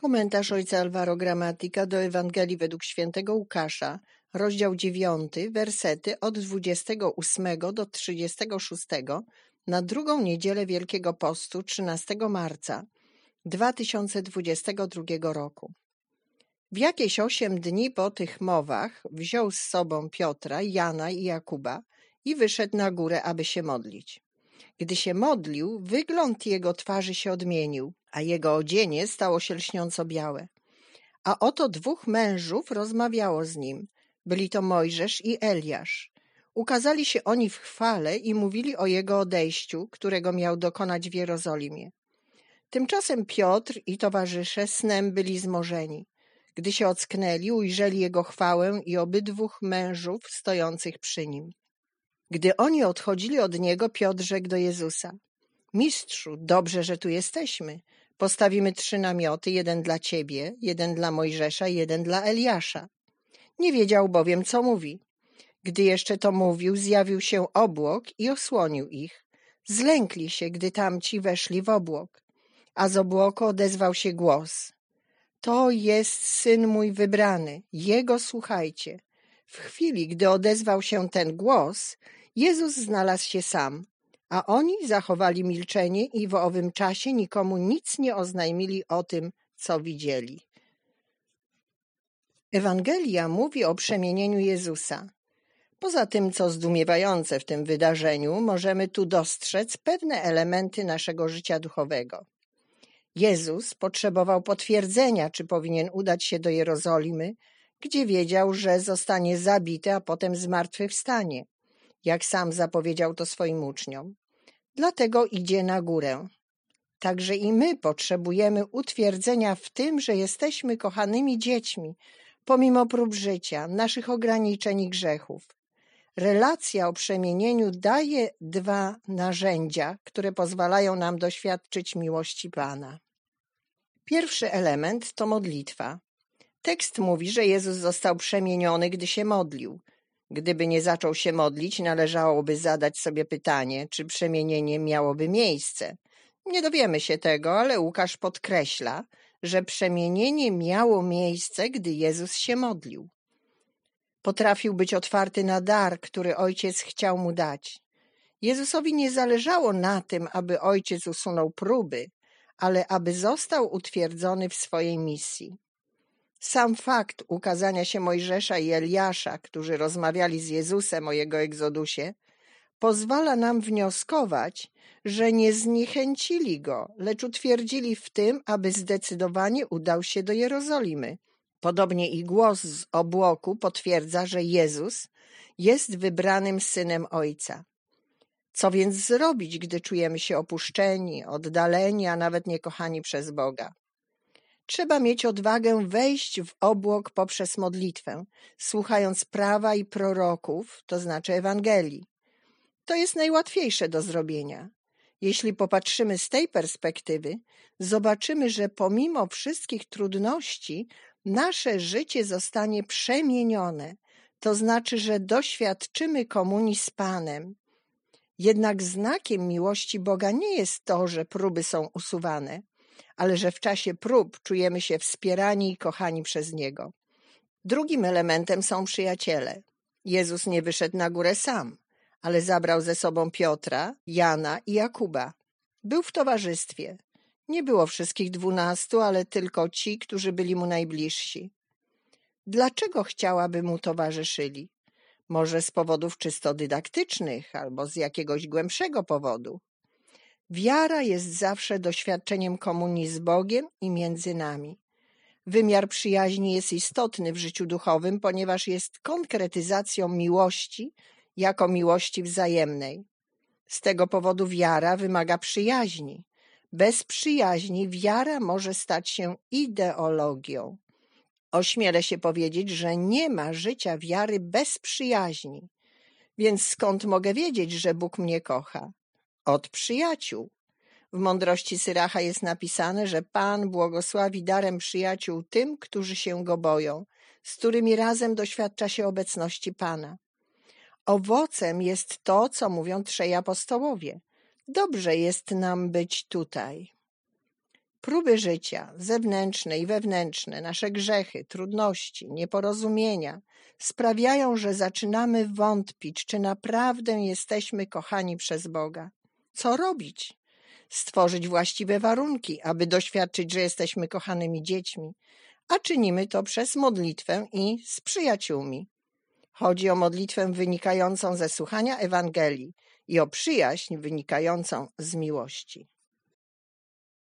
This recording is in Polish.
Komentarz ojca Alvaro Gramatika do Ewangelii według świętego Łukasza, rozdział 9, wersety od 28 do 36 na drugą niedzielę Wielkiego Postu 13 marca 2022 roku. W jakieś 8 dni po tych mowach wziął z sobą Piotra, Jana i Jakuba i wyszedł na górę, aby się modlić. Gdy się modlił, wygląd jego twarzy się odmienił, a jego odzienie stało się lśniąco białe. A oto 2 mężów rozmawiało z nim. Byli to Mojżesz i Eliasz. Ukazali się oni w chwale i mówili o jego odejściu, którego miał dokonać w Jerozolimie. Tymczasem Piotr i towarzysze snem byli zmorzeni. Gdy się ocknęli, ujrzeli jego chwałę i obydwu mężów stojących przy nim. Gdy oni odchodzili od niego, Piotr rzekł do Jezusa: Mistrzu, dobrze, że tu jesteśmy. Postawimy 3 namioty, 1 dla ciebie, 1 dla Mojżesza i 1 dla Eliasza. Nie wiedział bowiem, co mówi. Gdy jeszcze to mówił, zjawił się obłok i osłonił ich. Zlękli się, gdy tamci weszli w obłok. A z obłoku odezwał się głos: To jest Syn mój wybrany, Jego słuchajcie. W chwili, gdy odezwał się ten głos, Jezus znalazł się sam, a oni zachowali milczenie i w owym czasie nikomu nic nie oznajmili o tym, co widzieli. Ewangelia mówi o przemienieniu Jezusa. Poza tym, co zdumiewające w tym wydarzeniu, możemy tu dostrzec pewne elementy naszego życia duchowego. Jezus potrzebował potwierdzenia, czy powinien udać się do Jerozolimy, gdzie wiedział, że zostanie zabity, a potem zmartwychwstanie, jak sam zapowiedział to swoim uczniom. Dlatego idzie na górę. Także i my potrzebujemy utwierdzenia w tym, że jesteśmy kochanymi dziećmi, pomimo prób życia, naszych ograniczeń i grzechów. Relacja o przemienieniu daje 2 narzędzia, które pozwalają nam doświadczyć miłości Pana. Pierwszy element to modlitwa. Tekst mówi, że Jezus został przemieniony, gdy się modlił. Gdyby nie zaczął się modlić, należałoby zadać sobie pytanie, czy przemienienie miałoby miejsce. Nie dowiemy się tego, ale Łukasz podkreśla, że przemienienie miało miejsce, gdy Jezus się modlił. Potrafił być otwarty na dar, który Ojciec chciał mu dać. Jezusowi nie zależało na tym, aby Ojciec usunął próby, ale aby został utwierdzony w swojej misji. Sam fakt ukazania się Mojżesza i Eliasza, którzy rozmawiali z Jezusem o jego egzodusie, pozwala nam wnioskować, że nie zniechęcili go, lecz utwierdzili w tym, aby zdecydowanie udał się do Jerozolimy. Podobnie i głos z obłoku potwierdza, że Jezus jest wybranym Synem Ojca. Co więc zrobić, gdy czujemy się opuszczeni, oddaleni, a nawet niekochani przez Boga? Trzeba mieć odwagę wejść w obłok poprzez modlitwę, słuchając prawa i proroków, to znaczy Ewangelii. To jest najłatwiejsze do zrobienia. Jeśli popatrzymy z tej perspektywy, zobaczymy, że pomimo wszystkich trudności nasze życie zostanie przemienione, to znaczy, że doświadczymy komunii z Panem. Jednak znakiem miłości Boga nie jest to, że próby są usuwane, ale że w czasie prób czujemy się wspierani i kochani przez Niego. Drugim elementem są przyjaciele. Jezus nie wyszedł na górę sam, ale zabrał ze sobą Piotra, Jana i Jakuba. Był w towarzystwie. Nie było wszystkich 12, ale tylko ci, którzy byli mu najbliżsi. Dlaczego chciał, aby mu towarzyszyli? Może z powodów czysto dydaktycznych albo z jakiegoś głębszego powodu. Wiara jest zawsze doświadczeniem komunii z Bogiem i między nami. Wymiar przyjaźni jest istotny w życiu duchowym, ponieważ jest konkretyzacją miłości jako miłości wzajemnej. Z tego powodu wiara wymaga przyjaźni. Bez przyjaźni wiara może stać się ideologią. Ośmielę się powiedzieć, że nie ma życia wiary bez przyjaźni. Więc skąd mogę wiedzieć, że Bóg mnie kocha? Od przyjaciół. W mądrości Syracha jest napisane, że Pan błogosławi darem przyjaciół tym, którzy się Go boją, z którymi razem doświadcza się obecności Pana. Owocem jest to, co mówią 3 apostołowie. Dobrze jest nam być tutaj. Próby życia, zewnętrzne i wewnętrzne, nasze grzechy, trudności, nieporozumienia sprawiają, że zaczynamy wątpić, czy naprawdę jesteśmy kochani przez Boga. Co robić? Stworzyć właściwe warunki, aby doświadczyć, że jesteśmy kochanymi dziećmi, a czynimy to przez modlitwę i z przyjaciółmi. Chodzi o modlitwę wynikającą ze słuchania Ewangelii i o przyjaźń wynikającą z miłości.